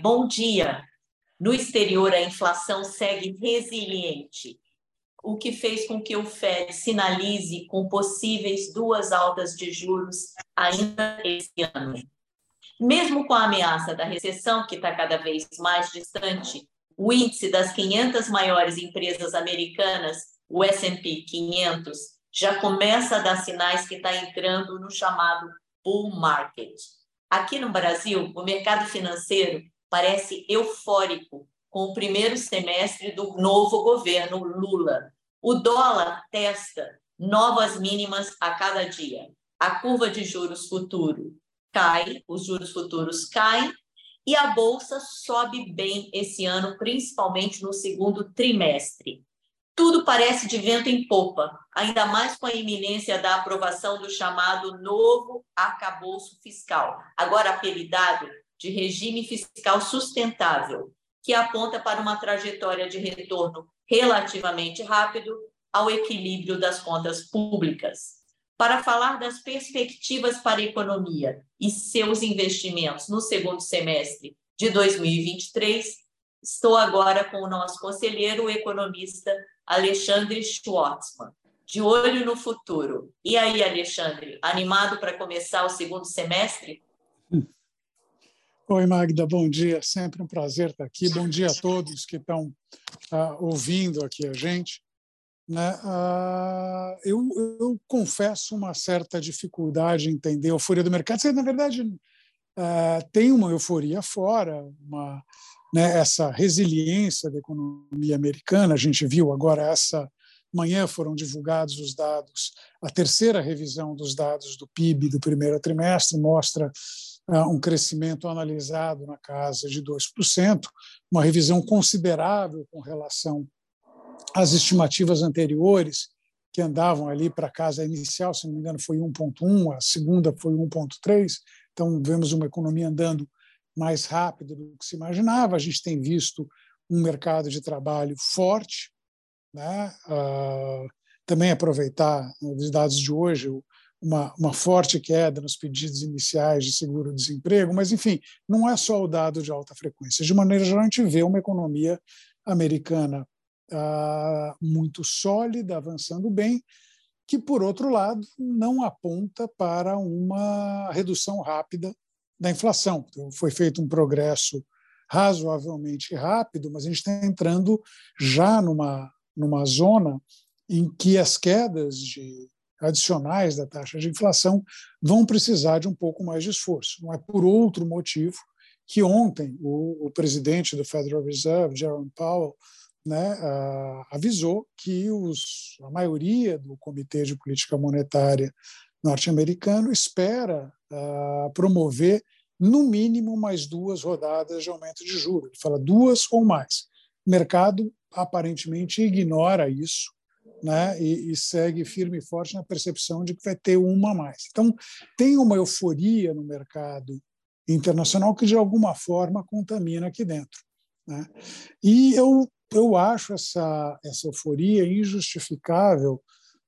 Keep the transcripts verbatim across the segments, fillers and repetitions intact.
bom dia. No exterior, a inflação segue resiliente, o que fez com que o Fed sinalize com possíveis duas altas de juros ainda esse ano. Mesmo com a ameaça da recessão, que está cada vez mais distante, o índice das quinhentas maiores empresas americanas, o S and P quinhentos, já começa a dar sinais que está entrando no chamado bull market. Aqui no Brasil, o mercado financeiro parece eufórico com o primeiro semestre do novo governo Lula. O dólar testa novas mínimas a cada dia. A curva de juros futuro cai, os juros futuros caem e a bolsa sobe bem esse ano, principalmente no segundo trimestre. Tudo parece de vento em popa, ainda mais com a iminência da aprovação do chamado novo arcabouço fiscal, agora apelidado de regime fiscal sustentável, que aponta para uma trajetória de retorno relativamente rápido ao equilíbrio das contas públicas. Para falar das perspectivas para a economia e seus investimentos no segundo semestre de dois mil e vinte e três, estou agora com o nosso conselheiro, o economista Alexandre Schwartzman, de olho no futuro. E aí, Alexandre, animado para começar o segundo semestre? Oi, Magda, bom dia. Sempre um prazer estar aqui. Bom dia a todos que estão uh, ouvindo aqui a gente. Né? Uh, eu, eu confesso uma certa dificuldade em entender a euforia do mercado. Na verdade, uh, tem uma euforia fora, uma, né, essa resiliência da economia americana. A gente viu agora, essa manhã foram divulgados os dados, a terceira revisão dos dados do P I B do primeiro trimestre mostra uh, um crescimento analisado na casa de dois por cento, uma revisão considerável com relação as estimativas anteriores, que andavam ali para a casa inicial, se não me engano, foi um vírgula um, a segunda foi um vírgula três, então vemos uma economia andando mais rápido do que se imaginava. A gente tem visto um mercado de trabalho forte, né? Uh, também aproveitar os dados de hoje, uma, uma forte queda nos pedidos iniciais de seguro-desemprego, mas, enfim, não é só o dado de alta frequência. De maneira geral, a gente vê uma economia americana Uh, muito sólida, avançando bem, que, por outro lado, não aponta para uma redução rápida da inflação. Então, foi feito um progresso razoavelmente rápido, mas a gente está entrando já numa, numa zona em que as quedas de, adicionais da taxa de inflação vão precisar de um pouco mais de esforço. Não é por outro motivo que ontem o, o presidente do Federal Reserve, Jerome Powell, Né, uh, avisou que os, a maioria do Comitê de Política Monetária norte-americano espera uh, promover, no mínimo, mais duas rodadas de aumento de juros. Ele fala duas ou mais. O mercado, aparentemente, ignora isso, né, e, e segue firme e forte na percepção de que vai ter uma a mais. Então, tem uma euforia no mercado internacional que, de alguma forma, contamina aqui dentro. Né? E eu Eu acho essa, essa euforia injustificável,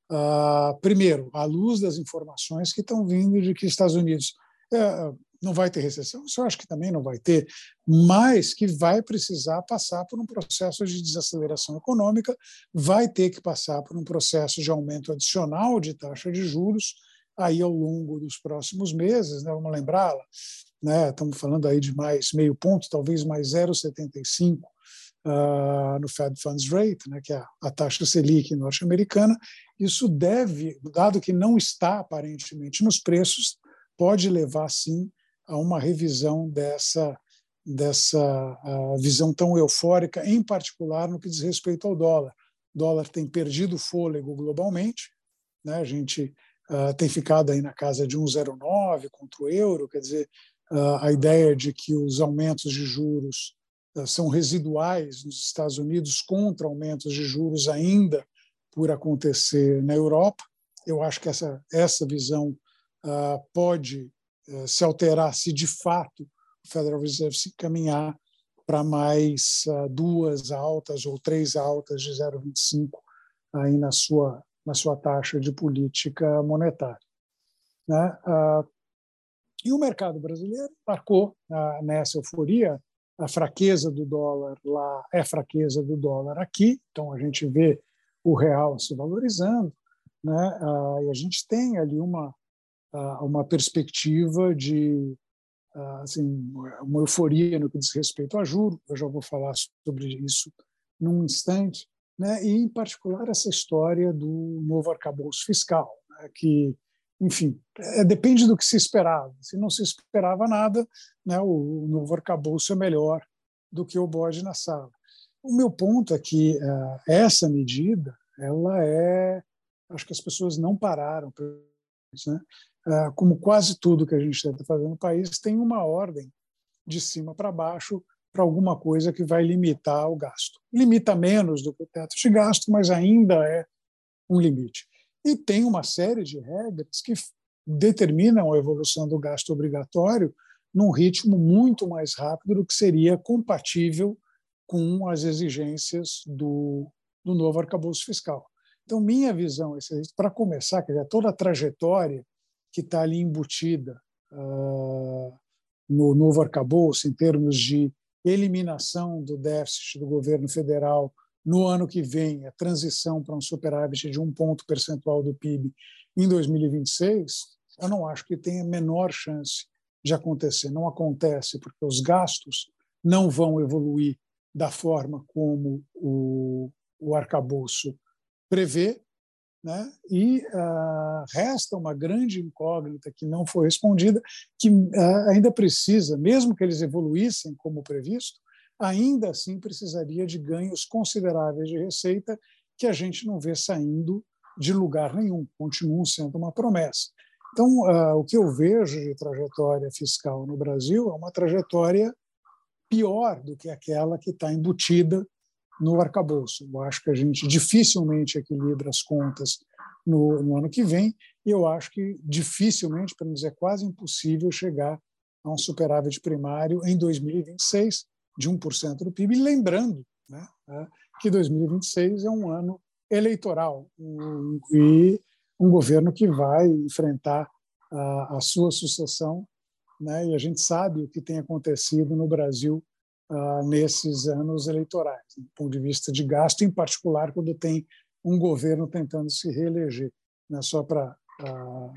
uh, primeiro, à luz das informações que estão vindo de que Estados Unidos uh, não vai ter recessão, isso eu acho que também não vai ter, mas que vai precisar passar por um processo de desaceleração econômica, vai ter que passar por um processo de aumento adicional de taxa de juros aí ao longo dos próximos meses, né? Vamos lembrá-la, né? Estamos falando aí de mais meio ponto, talvez mais zero vírgula setenta e cinco Uh, no Fed Funds Rate, né, que é a, a taxa Selic norte-americana. Isso deve, dado que não está aparentemente nos preços, pode levar sim a uma revisão dessa, dessa uh, visão tão eufórica, em particular no que diz respeito ao dólar. O dólar tem perdido fôlego globalmente, né, a gente uh, tem ficado aí na casa de um vírgula zero nove contra o euro, quer dizer, uh, a ideia de que os aumentos de juros são residuais nos Estados Unidos contra aumentos de juros ainda por acontecer na Europa. Eu acho que essa, essa visão uh, pode uh, se alterar se, de fato, o Federal Reserve se caminhar para mais uh, duas altas ou três altas de zero vírgula vinte e cinco aí na sua, na sua taxa de política monetária. Né? Uh, e o mercado brasileiro marcou uh, nessa euforia a fraqueza do dólar lá é fraqueza do dólar aqui, então a gente vê o real se valorizando, né? E a gente tem ali uma, uma perspectiva de assim, uma euforia no que diz respeito a juros, eu já vou falar sobre isso num instante, né? E, em particular, essa história do novo arcabouço fiscal, né? Que, enfim, é, depende do que se esperava. Se não se esperava nada, né, o, o novo arcabouço é melhor do que o bode na sala. O meu ponto é que uh, essa medida, ela é... Acho que as pessoas não pararam para isso, né? Uh, como quase tudo que a gente tenta fazer no país, tem uma ordem de cima para baixo para alguma coisa que vai limitar o gasto. Limita menos do que o teto de gasto, mas ainda é um limite. E tem uma série de regras que determinam a evolução do gasto obrigatório num ritmo muito mais rápido do que seria compatível com as exigências do, do novo arcabouço fiscal. Então, minha visão, para começar, quer dizer, toda a trajetória que está ali embutida uh, no novo arcabouço, em termos de eliminação do déficit do governo federal no ano que vem, a transição para um superávit de um ponto percentual do P I B em dois mil e vinte e seis, eu não acho que tenha a menor chance de acontecer. Não acontece porque os gastos não vão evoluir da forma como o, o arcabouço prevê, né? E uh, resta uma grande incógnita que não foi respondida, que uh, ainda precisa, mesmo que eles evoluíssem como previsto, ainda assim precisaria de ganhos consideráveis de receita que a gente não vê saindo de lugar nenhum, continuam sendo uma promessa. Então, uh, o que eu vejo de trajetória fiscal no Brasil é uma trajetória pior do que aquela que está embutida no arcabouço. Eu acho que a gente dificilmente equilibra as contas no, no ano que vem e eu acho que dificilmente, para não dizer quase impossível, chegar a um superávit primário em dois mil e vinte e seis de um por cento do P I B. E lembrando, né, que dois mil e vinte e seis é um ano eleitoral um, e um governo que vai enfrentar a, a sua sucessão, né, e a gente sabe o que tem acontecido no Brasil Uh, nesses anos eleitorais, do ponto de vista de gasto, em particular quando tem um governo tentando se reeleger. Né? Só para uh,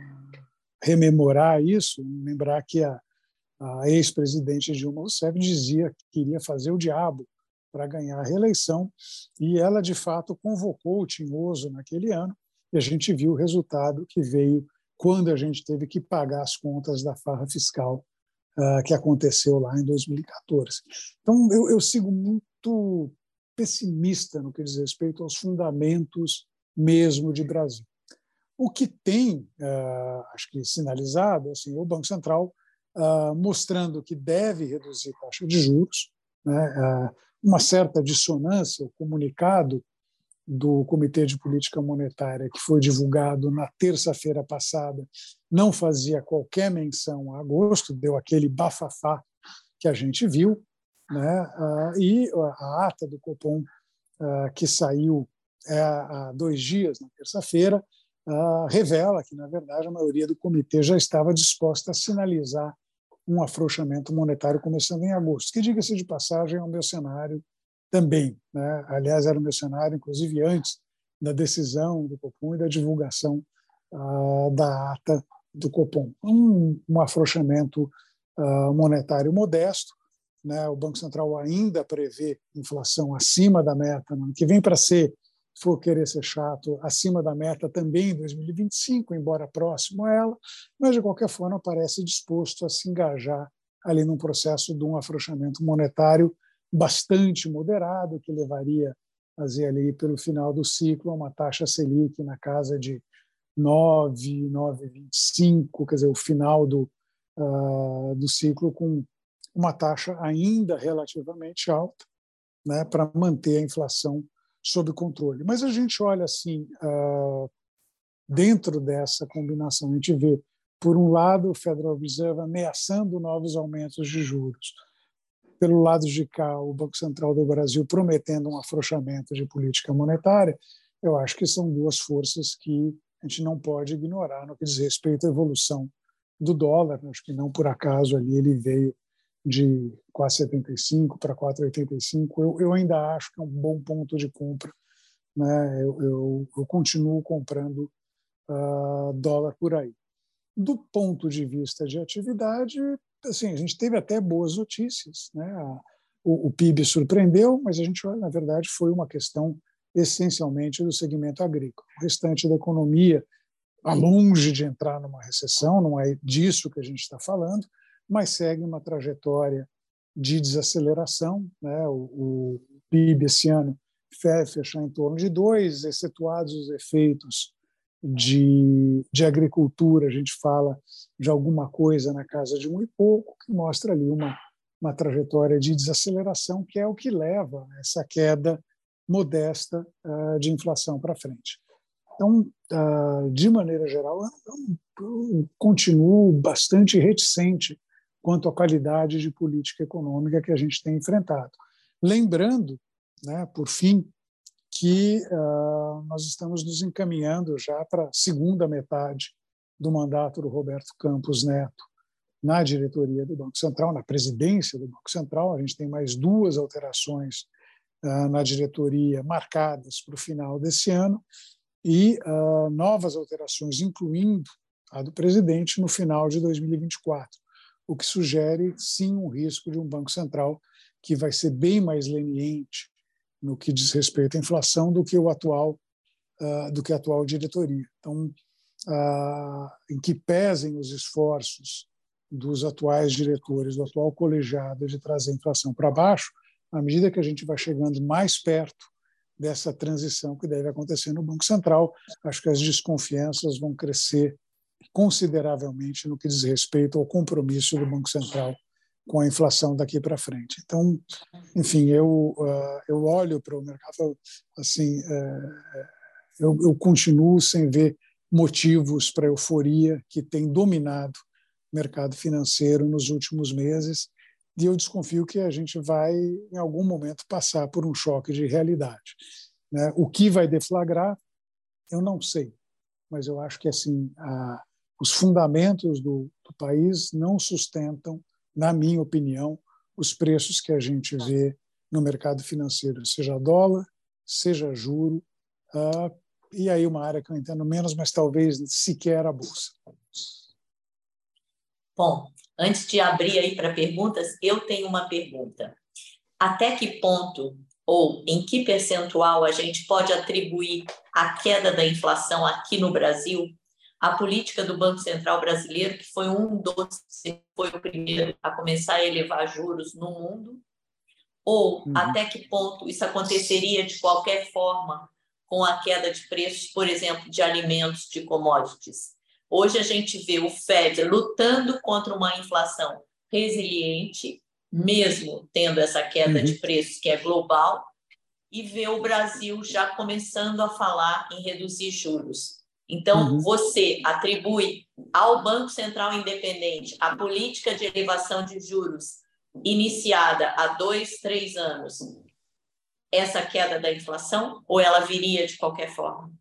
rememorar isso, lembrar que a, a ex-presidente Dilma Rousseff dizia que queria fazer o diabo para ganhar a reeleição, e ela, de fato, convocou o Tinhoso naquele ano, e a gente viu o resultado que veio quando a gente teve que pagar as contas da farra fiscal Uh, que aconteceu lá em dois mil e quatorze. Então, eu, eu sigo muito pessimista no que diz respeito aos fundamentos mesmo de Brasil. O que tem, uh, acho que sinalizado, assim, o Banco Central uh, mostrando que deve reduzir a taxa de juros, né, uh, uma certa dissonância, o comunicado do Comitê de Política Monetária, que foi divulgado na terça-feira passada, não fazia qualquer menção a agosto, deu aquele bafafá que a gente viu, né? E a ata do Copom, que saiu há dois dias, na terça-feira, revela que, na verdade, a maioria do comitê já estava disposta a sinalizar um afrouxamento monetário começando em agosto, que, diga-se de passagem, é o meu cenário também, né? Aliás, era o meu cenário, inclusive antes da decisão do Copom e da divulgação uh, da ata do Copom. Um, um afrouxamento uh, monetário modesto, né? O Banco Central ainda prevê inflação acima da meta no ano que vem, para ser, se for querer ser chato, acima da meta também em dois mil e vinte e cinco, embora próximo a ela, mas, de qualquer forma, parece disposto a se engajar ali num processo de um afrouxamento monetário bastante moderado, que levaria a fazer ali pelo final do ciclo uma taxa Selic na casa de nove, nove vírgula vinte e cinco, quer dizer, o final do, uh, do ciclo com uma taxa ainda relativamente alta, né, para manter a inflação sob controle. Mas a gente olha assim, uh, dentro dessa combinação, a gente vê, por um lado, o Federal Reserve ameaçando novos aumentos de juros, pelo lado de cá, o Banco Central do Brasil prometendo um afrouxamento de política monetária. Eu acho que são duas forças que a gente não pode ignorar no que diz respeito à evolução do dólar. Acho que não por acaso ali ele veio de quase setenta e cinco para quatro vírgula oitenta e cinco, eu, eu ainda acho que é um bom ponto de compra, né? Eu, eu, eu continuo comprando uh, dólar por aí. Do ponto de vista de atividade, assim, a gente teve até boas notícias, né? O, o P I B surpreendeu, mas a gente, na verdade, foi uma questão essencialmente do segmento agrícola. O restante da economia está longe de entrar numa recessão, não é disso que a gente está falando, mas segue uma trajetória de desaceleração, né? O, o P I B esse ano vai fechar em torno de dois, excetuados os efeitos de, de agricultura, a gente fala de alguma coisa na casa de um e pouco, que mostra ali uma, uma trajetória de desaceleração, que é o que leva a essa queda modesta uh, de inflação para frente. Então, uh, de maneira geral, eu, eu continuo bastante reticente quanto à qualidade de política econômica que a gente tem enfrentado. Lembrando, né, por fim, que uh, nós estamos nos encaminhando já para a segunda metade do mandato do Roberto Campos Neto na diretoria do Banco Central, na presidência do Banco Central. A gente tem mais duas alterações uh, na diretoria marcadas para o final desse ano e uh, novas alterações, incluindo a do presidente, no final de dois mil e vinte e quatro, o que sugere, sim, um risco de um Banco Central que vai ser bem mais leniente no que diz respeito à inflação do que o atual uh, do que a atual diretoria. Então, uh, em que pesem os esforços dos atuais diretores, do atual colegiado de trazer a inflação para baixo, à medida que a gente vai chegando mais perto dessa transição que deve acontecer no Banco Central, acho que as desconfianças vão crescer consideravelmente no que diz respeito ao compromisso do Banco Central com a inflação daqui para frente. Então, enfim, eu uh, eu olho para o mercado assim, uh, eu, eu continuo sem ver motivos para a euforia que tem dominado o mercado financeiro nos últimos meses, e eu desconfio que a gente vai, em algum momento, passar por um choque de realidade, né? O que vai deflagrar, eu não sei, mas eu acho que assim a, os fundamentos do, do país não sustentam, na minha opinião, os preços que a gente vê no mercado financeiro, seja dólar, seja juro, uh, e aí uma área que eu entendo menos, mas talvez sequer a bolsa. Bom, antes de abrir aí para perguntas, eu tenho uma pergunta. Até que ponto ou em que percentual a gente pode atribuir a queda da inflação aqui no Brasil à política do Banco Central brasileiro, que foi um dos, foi o primeiro a começar a elevar juros no mundo? Ou uhum. até que ponto isso aconteceria de qualquer forma com a queda de preços, por exemplo, de alimentos, de commodities? Hoje a gente vê o Fed lutando contra uma inflação resiliente, mesmo tendo essa queda uhum. de preços que é global, e vê o Brasil já começando a falar em reduzir juros. Então, uhum. você atribui ao Banco Central Independente a política de elevação de juros iniciada há dois, três anos, essa queda da inflação, ou ela viria de qualquer forma?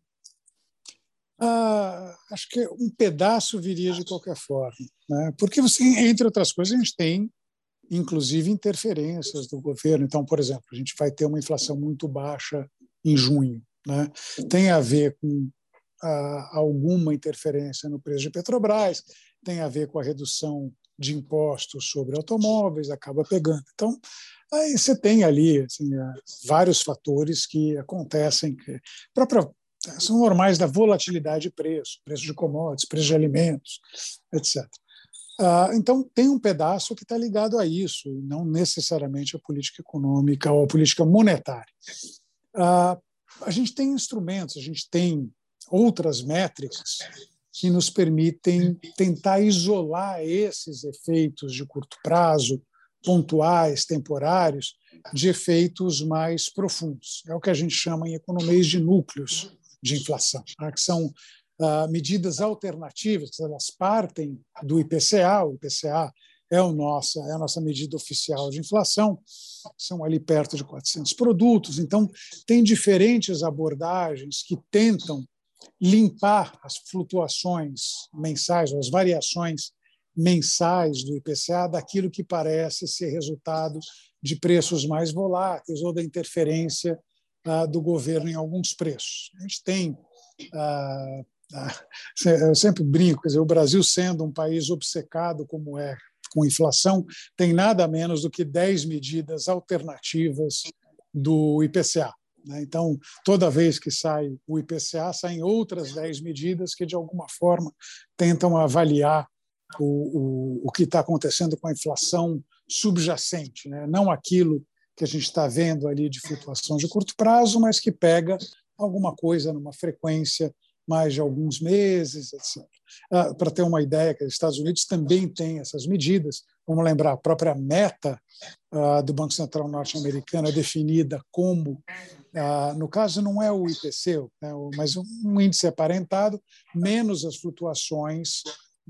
Ah, acho que um pedaço viria de qualquer forma, né? Porque você, entre outras coisas, a gente tem, inclusive, interferências do governo. Então, por exemplo, a gente vai ter uma inflação muito baixa em junho, né? Tem a ver com ah, alguma interferência no preço de Petrobras, tem a ver com a redução de impostos sobre automóveis, acaba pegando. Então, aí você tem ali assim, vários fatores que acontecem, que própria são normais da volatilidade de preço, preço de commodities, preço de alimentos, etcétera. Ah, então, tem um pedaço que está ligado a isso, não necessariamente a política econômica ou a política monetária. Ah, a gente tem instrumentos, a gente tem outras métricas que nos permitem tentar isolar esses efeitos de curto prazo, pontuais, temporários, de efeitos mais profundos. É o que a gente chama em economês de núcleos de inflação, que são uh, medidas alternativas, elas partem do I P C A, o I P C A é, o nossa, é a nossa medida oficial de inflação, são ali perto de quatrocentos produtos, então tem diferentes abordagens que tentam limpar as flutuações mensais, ou as variações mensais do I P C A daquilo que parece ser resultado de preços mais voláteis ou da interferência ah, do governo em alguns preços. A gente tem, ah, ah, eu sempre brinco, quer dizer, o Brasil sendo um país obcecado como é com inflação, tem nada menos do que dez medidas alternativas do I P C A. Então, toda vez que sai o I P C A, saem outras dez medidas que, de alguma forma, tentam avaliar o, o, o que está acontecendo com a inflação subjacente, né? Não aquilo que a gente está vendo ali de flutuação de curto prazo, mas que pega alguma coisa numa frequência mais de alguns meses, etcétera. Ah, para ter uma ideia, que os Estados Unidos também têm essas medidas. Vamos lembrar, a própria meta ah, do Banco Central norte-americano é definida como, ah, no caso não é o I P C, né, mas um índice aparentado, menos as flutuações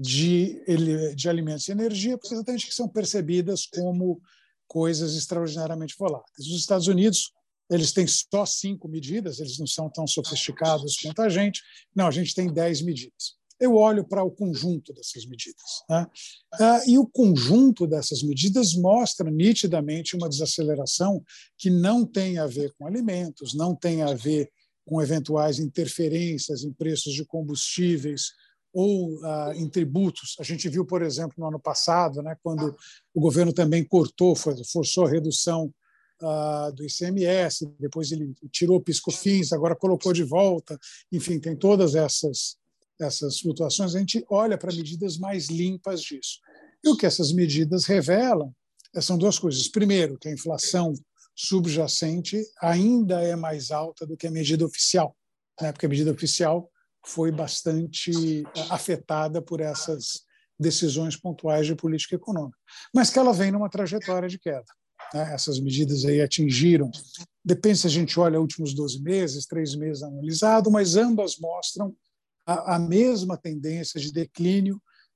de, de alimentos e energia, porque exatamente que são percebidas como coisas extraordinariamente voláteis. Os Estados Unidos, eles têm só cinco medidas, eles não são tão sofisticados quanto a gente. Não, a gente tem dez medidas. Eu olho para o conjunto dessas medidas, né? Ah, e o conjunto dessas medidas mostra nitidamente uma desaceleração que não tem a ver com alimentos, não tem a ver com eventuais interferências em preços de combustíveis ou ah, em tributos. A gente viu, por exemplo, no ano passado, né, quando o governo também cortou, forçou a redução Uh, do I C M S, depois ele tirou o PiscoFins, agora colocou de volta, enfim, tem todas essas, essas flutuações. A gente olha para medidas mais limpas disso. E o que essas medidas revelam são duas coisas. Primeiro, que a inflação subjacente ainda é mais alta do que a medida oficial, né? Porque a medida oficial foi bastante afetada por essas decisões pontuais de política econômica, mas que ela vem numa trajetória de queda. Essas medidas aí atingiram, depende se a gente olha últimos doze meses, três meses analisado, mas ambas mostram a, a mesma tendência de declínio,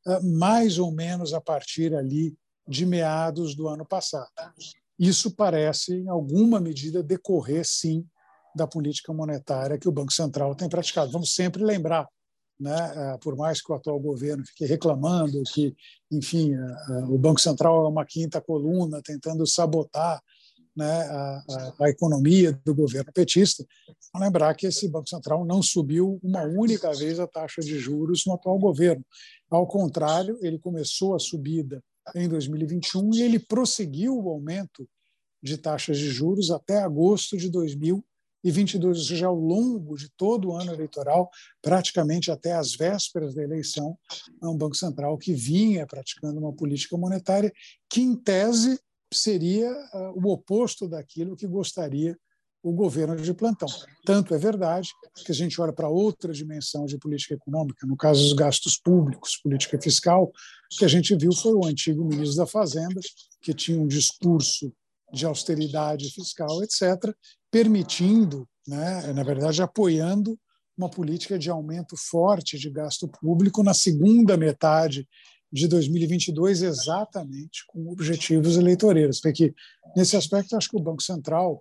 mais ou menos a partir ali de meados do ano passado. Isso parece, em alguma medida, decorrer, sim, da política monetária que o Banco Central tem praticado. Vamos sempre lembrar, né, por mais que o atual governo fique reclamando que, enfim, o Banco Central é uma quinta coluna tentando sabotar, né, a, a, a economia do governo petista, vamos lembrar que esse Banco Central não subiu uma única vez a taxa de juros no atual governo. Ao contrário, ele começou a subida em dois mil e vinte e um e ele prosseguiu o aumento de taxas de juros até agosto de dois mil e vinte e dois, ou seja, ao longo de todo o ano eleitoral, praticamente até as vésperas da eleição, é um Banco Central que vinha praticando uma política monetária que, em tese, seria uh, o oposto daquilo que gostaria o governo de plantão. Tanto é verdade que a gente olha para outra dimensão de política econômica, no caso dos gastos públicos, política fiscal, o que a gente viu foi o antigo ministro da Fazenda, que tinha um discurso de austeridade fiscal, etcétera, permitindo, né, na verdade, apoiando uma política de aumento forte de gasto público na segunda metade de dois mil e vinte e dois, exatamente com objetivos eleitoreiros. Porque, nesse aspecto, acho que o Banco Central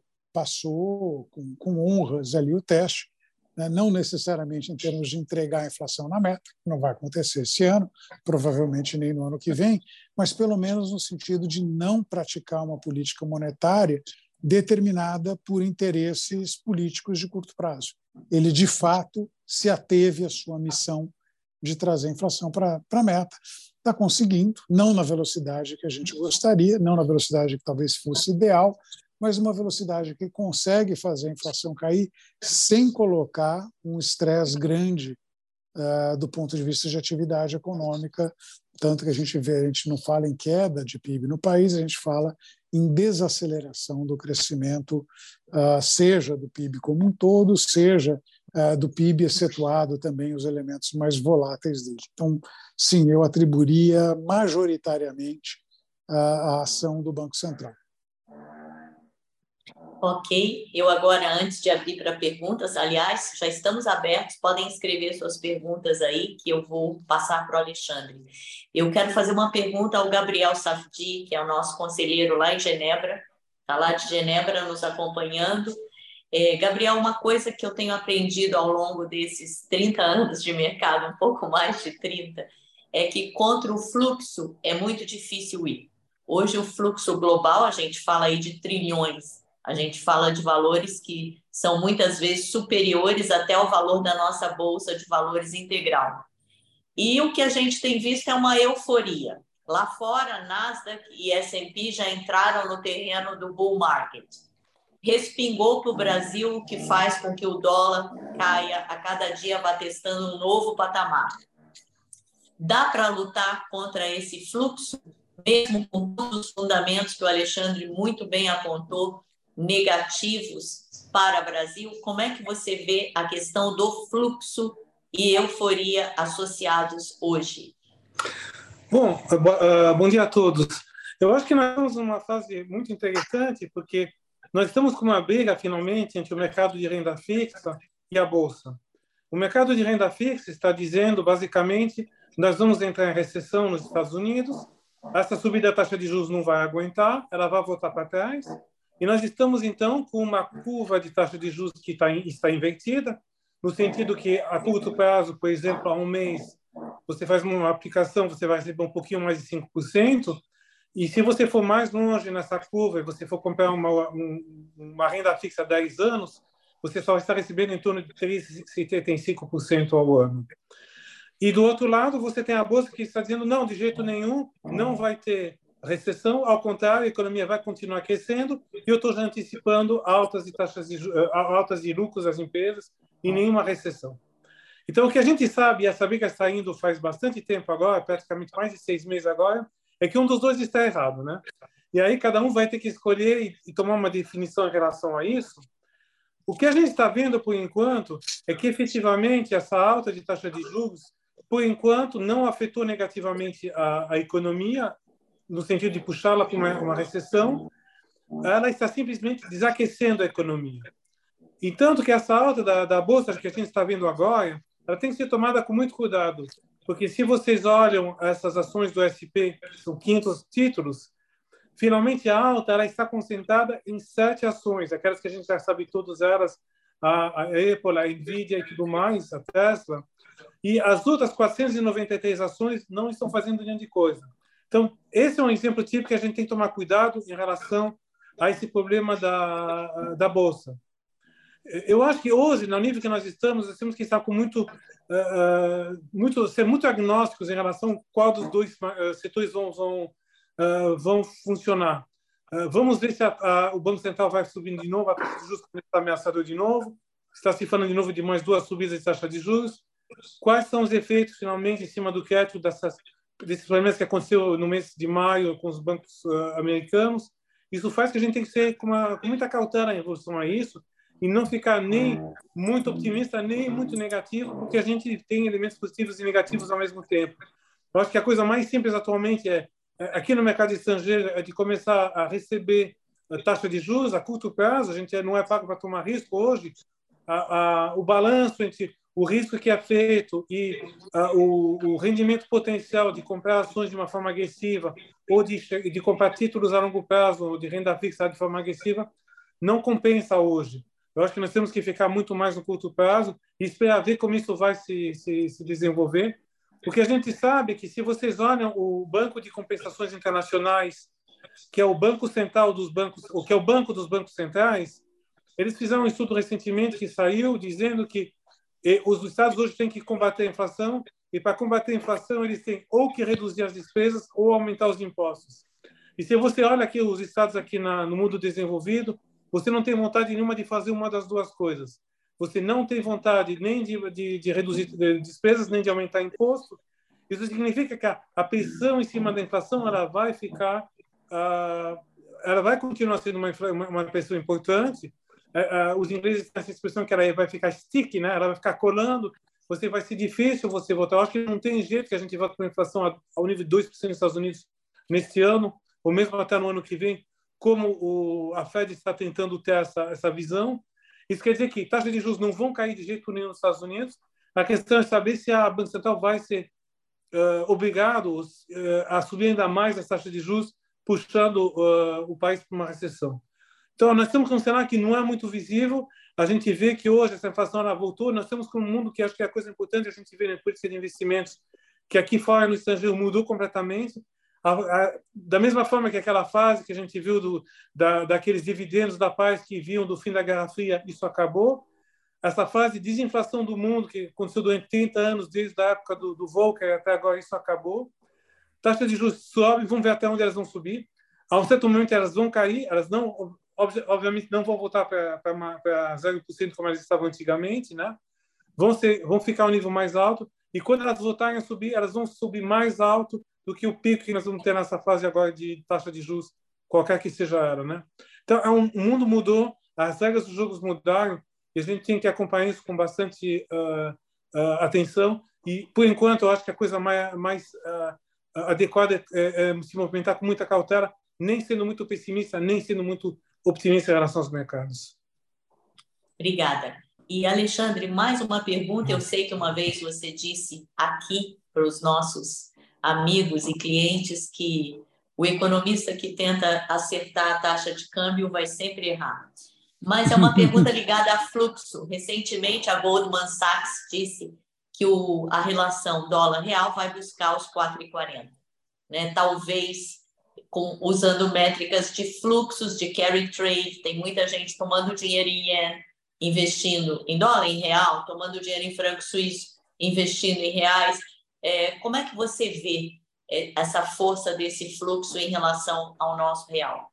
passou com, com honras ali o teste, né, não necessariamente em termos de entregar a inflação na meta, que não vai acontecer esse ano, provavelmente nem no ano que vem, mas pelo menos no sentido de não praticar uma política monetária determinada por interesses políticos de curto prazo. Ele, de fato, se ateve à sua missão de trazer a inflação para a meta. Está conseguindo, não na velocidade que a gente gostaria, não na velocidade que talvez fosse ideal, mas uma velocidade que consegue fazer a inflação cair sem colocar um estresse grande uh, do ponto de vista de atividade econômica, tanto que a gente vê, a gente não fala em queda de P I B no país, a gente fala em desaceleração do crescimento, uh, seja do P I B como um todo, seja uh, do P I B excetuado também os elementos mais voláteis dele. Então, sim, eu atribuiria majoritariamente uh, a ação do Banco Central. Ok, eu agora, antes de abrir para perguntas, aliás, já estamos abertos, podem escrever suas perguntas aí, que eu vou passar para o Alexandre. Eu quero fazer uma pergunta ao Gabriel Safdie, que é o nosso conselheiro lá em Genebra, está lá de Genebra nos acompanhando. É, Gabriel, uma coisa que eu tenho aprendido ao longo desses trinta anos de mercado, um pouco mais de trinta, é que contra o fluxo é muito difícil ir. Hoje o fluxo global, a gente fala aí de trilhões, a gente fala de valores que são muitas vezes superiores até ao valor da nossa bolsa de valores integral. E o que a gente tem visto é uma euforia. Lá fora, Nasdaq e S and P já entraram no terreno do bull market. Respingou para o Brasil, o que faz com que o dólar caia a cada dia, vai testando um novo patamar. Dá para lutar contra esse fluxo, mesmo com todos os fundamentos que o Alexandre muito bem apontou, negativos para o Brasil? Como é que você vê a questão do fluxo e euforia associados hoje? Bom, uh, bom dia a todos. Eu acho que nós estamos numa fase muito interessante, porque nós estamos com uma briga, finalmente, entre o mercado de renda fixa e a Bolsa. O mercado de renda fixa está dizendo, basicamente, nós vamos entrar em recessão nos Estados Unidos, essa subida da taxa de juros não vai aguentar, ela vai voltar para trás, e nós estamos, então, com uma curva de taxa de juros que está, está invertida, no sentido que, a curto prazo, por exemplo, há um mês, você faz uma aplicação, você vai receber um pouquinho mais de cinco por cento, e se você for mais longe nessa curva, e você for comprar uma, um, uma renda fixa há dez anos, você só vai estar recebendo em torno de três vírgula setenta e cinco por cento ao ano. E, do outro lado, você tem a Bolsa que está dizendo, não, de jeito nenhum, não vai ter recessão, ao contrário, a economia vai continuar crescendo, e eu estou já antecipando altas de taxas de, altas de lucros das empresas e nenhuma recessão. Então, o que a gente sabe, e essa briga está indo faz bastante tempo agora, praticamente mais de seis meses agora, é que um dos dois está errado, né? E aí cada um vai ter que escolher e, e tomar uma definição em relação a isso. O que a gente está vendo, por enquanto, é que, efetivamente, essa alta de taxa de juros, por enquanto, não afetou negativamente a, a economia, no sentido de puxá-la para uma, uma recessão, ela está simplesmente desaquecendo a economia. E tanto que essa alta da, da Bolsa que a gente está vendo agora, ela tem que ser tomada com muito cuidado, porque se vocês olham essas ações do S P, que são quinhentos títulos, finalmente a alta ela está concentrada em sete ações, aquelas que a gente já sabe todas elas, a, a Apple, a Nvidia e tudo mais, a Tesla, e as outras quatrocentas e noventa e três ações não estão fazendo grande coisa. Então, esse é um exemplo típico que a gente tem que tomar cuidado em relação a esse problema da, da Bolsa. Eu acho que hoje, no nível que nós estamos, nós temos que estar com muito, uh, muito ser muito agnósticos em relação a qual dos dois uh, setores vão, vão, uh, vão funcionar. Uh, vamos ver se a, a, o Banco Central vai subindo de novo, a taxa de juros está ameaçada de novo, está se falando de novo de mais duas subidas de taxa de juros. Quais são os efeitos, finalmente, em cima do crédito dessas, desses problemas que aconteceu no mês de maio com os bancos uh, americanos? Isso faz que a gente tem que ser com, uma, com muita cautela em relação a isso, e não ficar nem muito otimista, nem muito negativo, porque a gente tem elementos positivos e negativos ao mesmo tempo. Eu acho que a coisa mais simples atualmente é, aqui no mercado estrangeiro, é de começar a receber a taxa de juros a curto prazo. A gente não é pago para tomar risco hoje. A, a, o balanço entre o risco que é feito e a, o, o rendimento potencial de comprar ações de uma forma agressiva ou de, de comprar títulos a longo prazo ou de renda fixa de forma agressiva não compensa hoje. Eu acho que nós temos que ficar muito mais no curto prazo e esperar ver como isso vai se, se, se desenvolver. Porque a gente sabe que, se vocês olham o Banco de Compensações Internacionais, que é o banco central dos bancos, o que é o banco dos bancos centrais, eles fizeram um estudo recentemente que saiu dizendo que os Estados hoje têm que combater a inflação, e para combater a inflação eles têm ou que reduzir as despesas ou aumentar os impostos. E se você olha aqui os Estados aqui na, no mundo desenvolvido, você não tem vontade nenhuma de fazer uma das duas coisas. Você não tem vontade nem de, de, de reduzir despesas, nem de aumentar imposto. Isso significa que a, a pressão em cima da inflação ela vai ficar, uh, ela vai continuar sendo uma, uma, uma pressão importante. Uh, uh, os ingleses têm essa expressão que ela vai ficar sticky, né? Ela vai ficar colando. Você vai ser difícil você voltar. Eu acho que não tem jeito que a gente volte para a inflação ao nível de dois por cento nos Estados Unidos neste ano, ou mesmo até no ano que vem, como o, a Fed está tentando ter essa, essa visão. Isso quer dizer que taxas de juros não vão cair de jeito nenhum nos Estados Unidos. A questão é saber se a Banco Central vai ser uh, obrigado uh, a subir ainda mais as taxas de juros, puxando uh, o país para uma recessão. Então, nós temos um cenário que não é muito visível. A gente vê que hoje essa inflação ela voltou. Nós temos um mundo que acho que é a coisa importante a gente ver na política de investimentos, que aqui fora, no estrangeiro, mudou completamente. A, a, da mesma forma que aquela fase que a gente viu do, da, daqueles dividendos da paz que vinham do fim da Guerra Fria, isso acabou. Essa fase de desinflação do mundo, que aconteceu durante trinta anos, desde a época do, do Volcker até agora, isso acabou. Taxa de juros sobe, vamos ver até onde elas vão subir. A um certo momento elas vão cair, elas não, obviamente não vão voltar para zero por cento como elas estavam antigamente, né? Vão, ser, vão ficar a um nível mais alto, e quando elas voltarem a subir, elas vão subir mais alto do que o pico que nós vamos ter nessa fase agora de taxa de juros, qualquer que seja ela, né? Então, é um, o mundo mudou, as regras dos jogos mudaram, e a gente tem que acompanhar isso com bastante uh, uh, atenção, e, por enquanto, eu acho que a coisa mais, mais uh, adequada é, é se movimentar com muita cautela, nem sendo muito pessimista, nem sendo muito otimista em relação aos mercados. Obrigada. E, Alexandre, mais uma pergunta. Eu sei que uma vez você disse aqui para os nossos amigos e clientes que o economista que tenta acertar a taxa de câmbio vai sempre errar. Mas é uma pergunta ligada a fluxo. Recentemente, a Goldman Sachs disse que o, a relação dólar-real vai buscar os quatro vírgula quarenta. Né? Talvez com, usando métricas de fluxos, de carry trade. Tem muita gente tomando dinheiro em ien, investindo em dólar, em real, tomando dinheiro em franco suíço, investindo em reais. É, como é que você vê é, essa força desse fluxo em relação ao nosso real?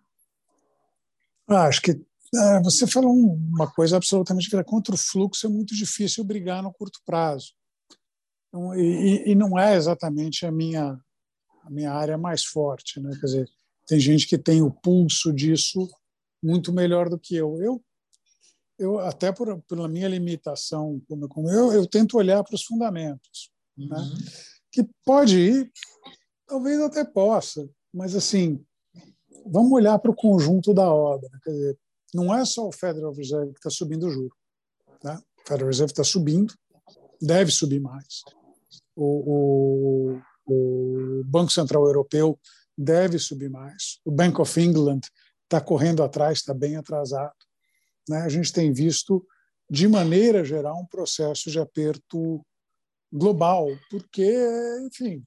Ah, acho que é, você falou uma coisa absolutamente clara. Contra o fluxo é muito difícil brigar no curto prazo. Então, e, e não é exatamente a minha, a minha área mais forte, né? Quer dizer, tem gente que tem o pulso disso muito melhor do que eu. Eu Eu, até por, pela minha limitação, como, como eu, eu tento olhar para os fundamentos. Uhum. Né? Que pode ir, talvez até possa, mas assim, vamos olhar para o conjunto da obra. Quer dizer, não é só o Federal Reserve que está subindo o juro. Né? O Federal Reserve está subindo, deve subir mais. O, o, o Banco Central Europeu deve subir mais. O Bank of England está correndo atrás, está bem atrasado. Né, a gente tem visto, de maneira geral, um processo de aperto global, porque, enfim,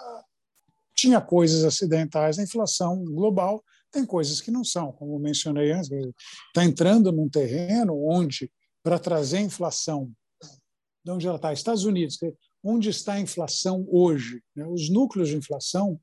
tinha coisas acidentais na inflação global, tem coisas que não são, como mencionei antes, está entrando num terreno onde, para trazer a inflação, de onde ela está, Estados Unidos, onde está a inflação hoje, né, os núcleos de inflação,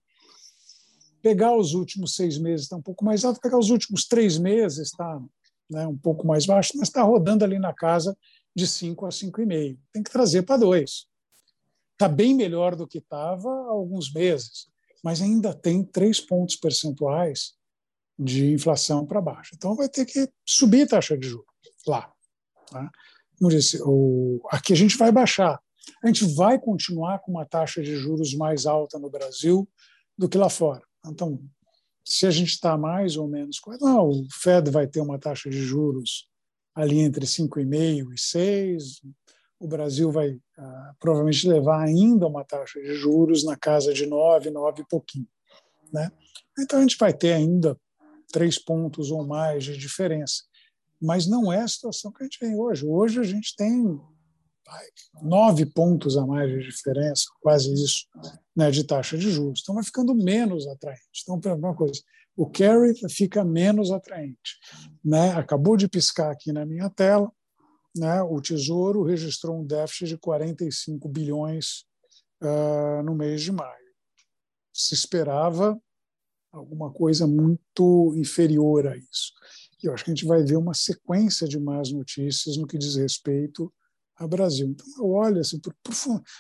pegar os últimos seis meses está um pouco mais alto, pegar os últimos três meses está... Né, um pouco mais baixo, mas está rodando ali na casa de cinco a cinco vírgula cinco. Tem que trazer para dois. Está bem melhor do que estava há alguns meses, mas ainda tem três pontos percentuais de inflação para baixo. Então vai ter que subir a taxa de juros lá. Tá? Como disse, o, aqui a gente vai baixar. A gente vai continuar com uma taxa de juros mais alta no Brasil do que lá fora. Então, se a gente está mais ou menos... Não, o Fed vai ter uma taxa de juros ali entre cinco vírgula cinco e seis. O Brasil vai ah, provavelmente levar ainda uma taxa de juros na casa de nove, nove e pouquinho. Né? Então, a gente vai ter ainda três pontos ou mais de diferença. Mas não é a situação que a gente tem hoje. Hoje a gente tem vai, nove pontos a mais de diferença, quase isso, né, de taxa de juros. Então, vai ficando menos atraente. Então, uma coisa, o carry fica menos atraente. Né? Acabou de piscar aqui na minha tela, né, o Tesouro registrou um déficit de quarenta e cinco bilhões uh, no mês de maio. Se esperava alguma coisa muito inferior a isso. E eu acho que a gente vai ver uma sequência de más notícias no que diz respeito ao Brasil. Então, eu olho assim, por, por,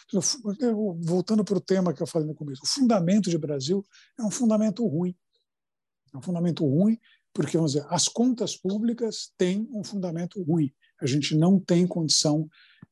voltando para o tema que eu falei no começo, o fundamento de Brasil é um fundamento ruim. É um fundamento ruim porque, vamos dizer, as contas públicas têm um fundamento ruim. A gente não tem condição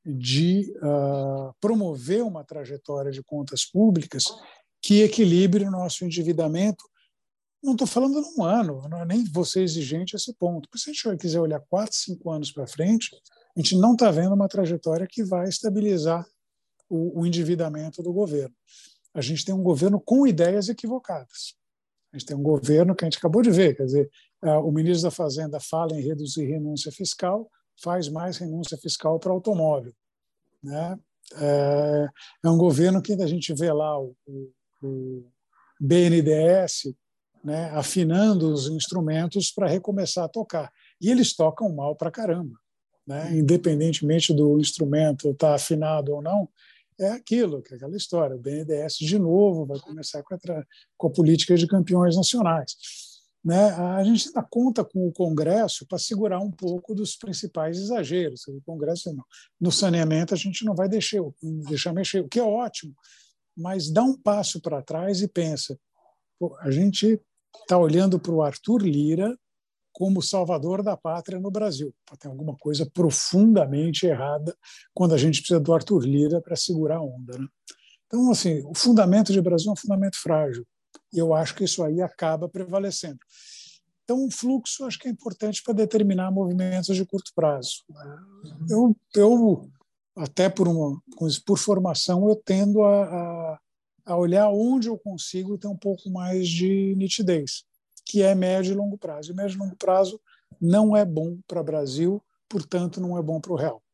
de uh, promover uma trajetória de contas públicas que equilibre o nosso endividamento. Não estou falando num ano, não é nem vou ser exigente a esse ponto. Porque se a gente quiser olhar quatro, cinco anos para frente, a gente não está vendo uma trajetória que vai estabilizar o, o endividamento do governo. A gente tem um governo com ideias equivocadas. A gente tem um governo que a gente acabou de ver, quer dizer, uh, o ministro da Fazenda fala em reduzir renúncia fiscal, faz mais renúncia fiscal para automóvel. Né? É, é um governo que a gente vê lá o, o, o B N D E S, né, afinando os instrumentos para recomeçar a tocar. E eles tocam mal para caramba, né? Independentemente do instrumento estar tá afinado ou não, é aquilo, que é aquela história. O B N D E S, de novo, vai começar com a, com a política de campeões nacionais. Né? A gente ainda conta com o Congresso para segurar um pouco dos principais exageros. O Congresso, não. No saneamento, a gente não vai deixar, deixar mexer, o que é ótimo, mas dá um passo para trás e pensa, pô, a gente está olhando para o Arthur Lira como salvador da pátria no Brasil. Tem alguma coisa profundamente errada quando a gente precisa do Arthur Lira para segurar a onda. Né? Então, assim, o fundamento de Brasil é um fundamento frágil. E eu acho que isso aí acaba prevalecendo. Então, o fluxo acho que é importante para determinar movimentos de curto prazo. Eu, eu até por, uma, por formação, eu tendo a, a, a olhar onde eu consigo ter um pouco mais de nitidez, que é médio e longo prazo. E médio e longo prazo não é bom para o Brasil, portanto, não é bom para o real.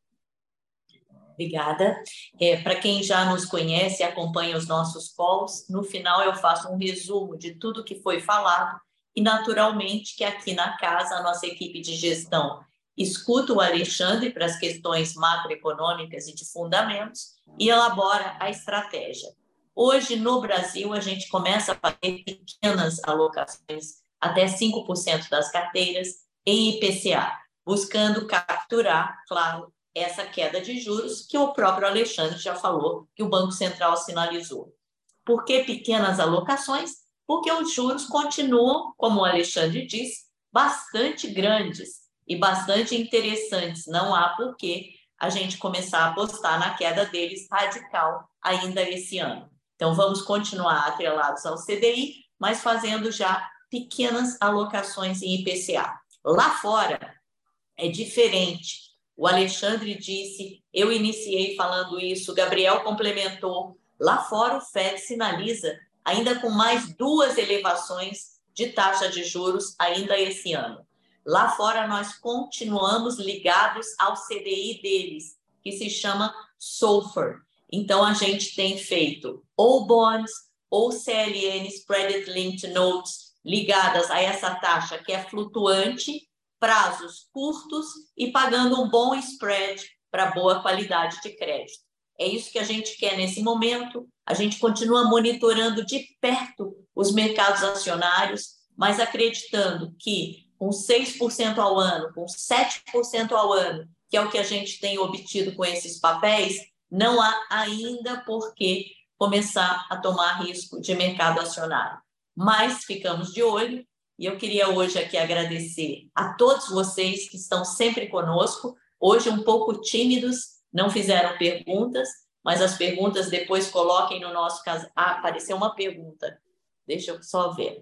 Obrigada. É, para quem já nos conhece e acompanha os nossos calls, no final eu faço um resumo de tudo que foi falado e, naturalmente, que aqui na casa a nossa equipe de gestão escuta o Alexandre para as questões macroeconômicas e de fundamentos e elabora a estratégia. Hoje, no Brasil, a gente começa a fazer pequenas alocações, até cinco por cento das carteiras, em I P C A, buscando capturar, claro, essa queda de juros que o próprio Alexandre já falou, que o Banco Central sinalizou. Por que pequenas alocações? Porque os juros continuam, como o Alexandre disse, bastante grandes e bastante interessantes. Não há por que a gente começar a apostar na queda deles radical ainda esse ano. Então, vamos continuar atrelados ao C D I, mas fazendo já pequenas alocações em I P C A. Lá fora é diferente. O Alexandre disse, eu iniciei falando isso, o Gabriel complementou. Lá fora, o F E D sinaliza ainda com mais duas elevações de taxa de juros ainda esse ano. Lá fora, nós continuamos ligados ao C D I deles, que se chama S O F R. Então, a gente tem feito ou bonds ou C L N, Spread Linked Notes, ligadas a essa taxa que é flutuante, prazos curtos e pagando um bom spread para boa qualidade de crédito. É isso que a gente quer nesse momento. A gente continua monitorando de perto os mercados acionários, mas acreditando que com seis por cento ao ano, com sete por cento ao ano, que é o que a gente tem obtido com esses papéis, não há ainda por que começar a tomar risco de mercado acionário. Mas ficamos de olho. E eu queria hoje aqui agradecer a todos vocês que estão sempre conosco, hoje um pouco tímidos, não fizeram perguntas, mas as perguntas depois coloquem no nosso caso. Ah, apareceu uma pergunta, deixa eu só ver.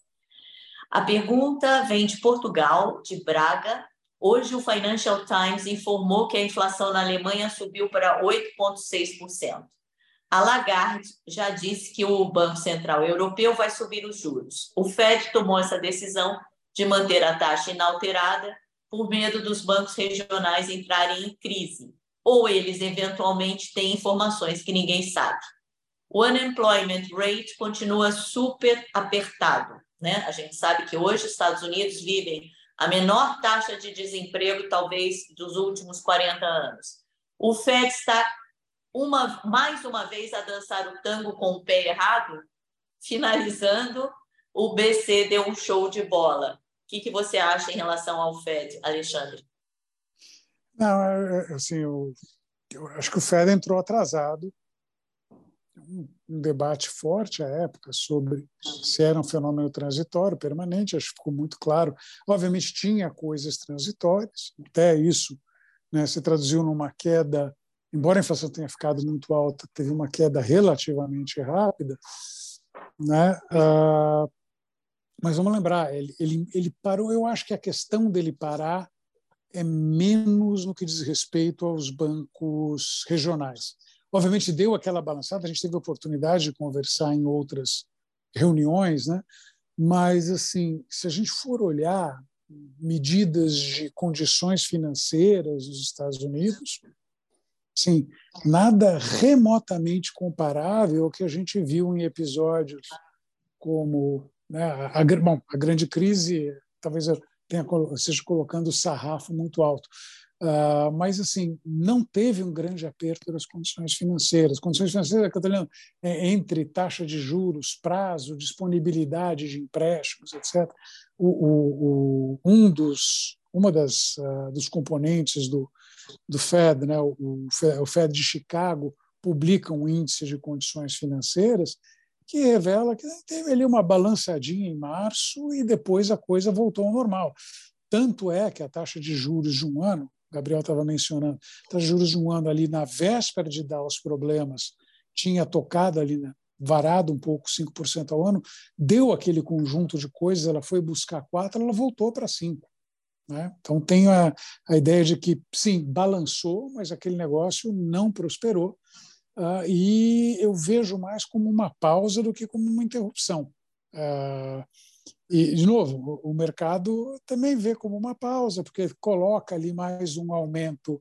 A pergunta vem de Portugal, de Braga. Hoje o Financial Times informou que a inflação na Alemanha subiu para oito vírgula seis por cento. A Lagarde já disse que o Banco Central Europeu vai subir os juros. O F E D tomou essa decisão de manter a taxa inalterada por medo dos bancos regionais entrarem em crise, ou eles eventualmente têm informações que ninguém sabe. O unemployment rate continua super apertado, né? A gente sabe que hoje os Estados Unidos vivem a menor taxa de desemprego, talvez, dos últimos quarenta anos. O F E D está Uma, mais uma vez a dançar o tango com o pé errado, finalizando, o B C deu um show de bola. O que, que você acha em relação ao F E D, Alexandre? Não, assim, eu, eu acho que o F E D entrou atrasado. Um, um debate forte à época sobre se era um fenômeno transitório, permanente, acho que ficou muito claro. Obviamente tinha coisas transitórias, até isso, né, se traduziu numa queda. Embora a inflação tenha ficado muito alta, teve uma queda relativamente rápida, né? Ah, mas vamos lembrar, ele, ele, ele parou. Eu acho que a questão dele parar é menos no que diz respeito aos bancos regionais. Obviamente deu aquela balançada, a gente teve a oportunidade de conversar em outras reuniões, né? Mas assim, se a gente for olhar medidas de condições financeiras dos Estados Unidos, Sim, nada remotamente comparável ao que a gente viu em episódios como, né, a, a, bom, a grande crise, talvez eu tenha, esteja colocando o sarrafo muito alto, uh, mas assim não teve um grande aperto das condições financeiras. Condições financeiras, que eu estou lendo, é, entre taxa de juros, prazo, disponibilidade de empréstimos, etcétera. O, o, o, um dos, uma das uh, dos componentes do do Fed, né, o, o Fed de Chicago, publica um índice de condições financeiras que revela que teve ali uma balançadinha em março e depois a coisa voltou ao normal. Tanto é que a taxa de juros de um ano, Gabriel estava mencionando, a taxa de juros de um ano ali na véspera de dar os problemas, tinha tocado ali, né, varado um pouco, cinco por cento ao ano, deu aquele conjunto de coisas, ela foi buscar quatro, ela voltou para cinco. Né? Então, tenho a, a ideia de que, sim, balançou, mas aquele negócio não prosperou. Uh, e eu vejo mais como uma pausa do que como uma interrupção. Uh, e, de novo, o, o mercado também vê como uma pausa, porque coloca ali mais um aumento.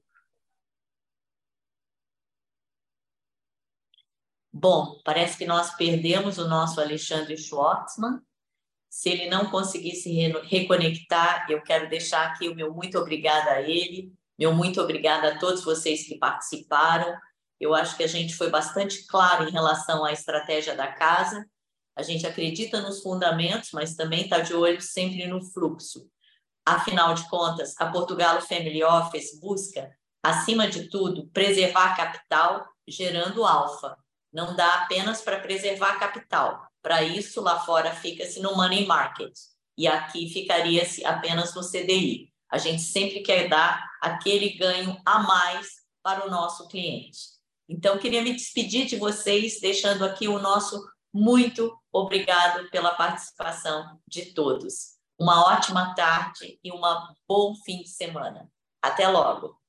Bom, parece que nós perdemos o nosso Alexandre Schwartzman. Se ele não conseguir se reconectar, eu quero deixar aqui o meu muito obrigada a ele, meu muito obrigada a todos vocês que participaram. Eu acho que a gente foi bastante claro em relação à estratégia da casa. A gente acredita nos fundamentos, mas também está de olho sempre no fluxo. Afinal de contas, a Portugalo Family Office busca, acima de tudo, preservar capital, gerando alfa. Não dá apenas para preservar capital. Para isso, lá fora fica-se no money market e aqui ficaria-se apenas no C D I. A gente sempre quer dar aquele ganho a mais para o nosso cliente. Então, queria me despedir de vocês, deixando aqui o nosso muito obrigado pela participação de todos. Uma ótima tarde e um bom fim de semana. Até logo!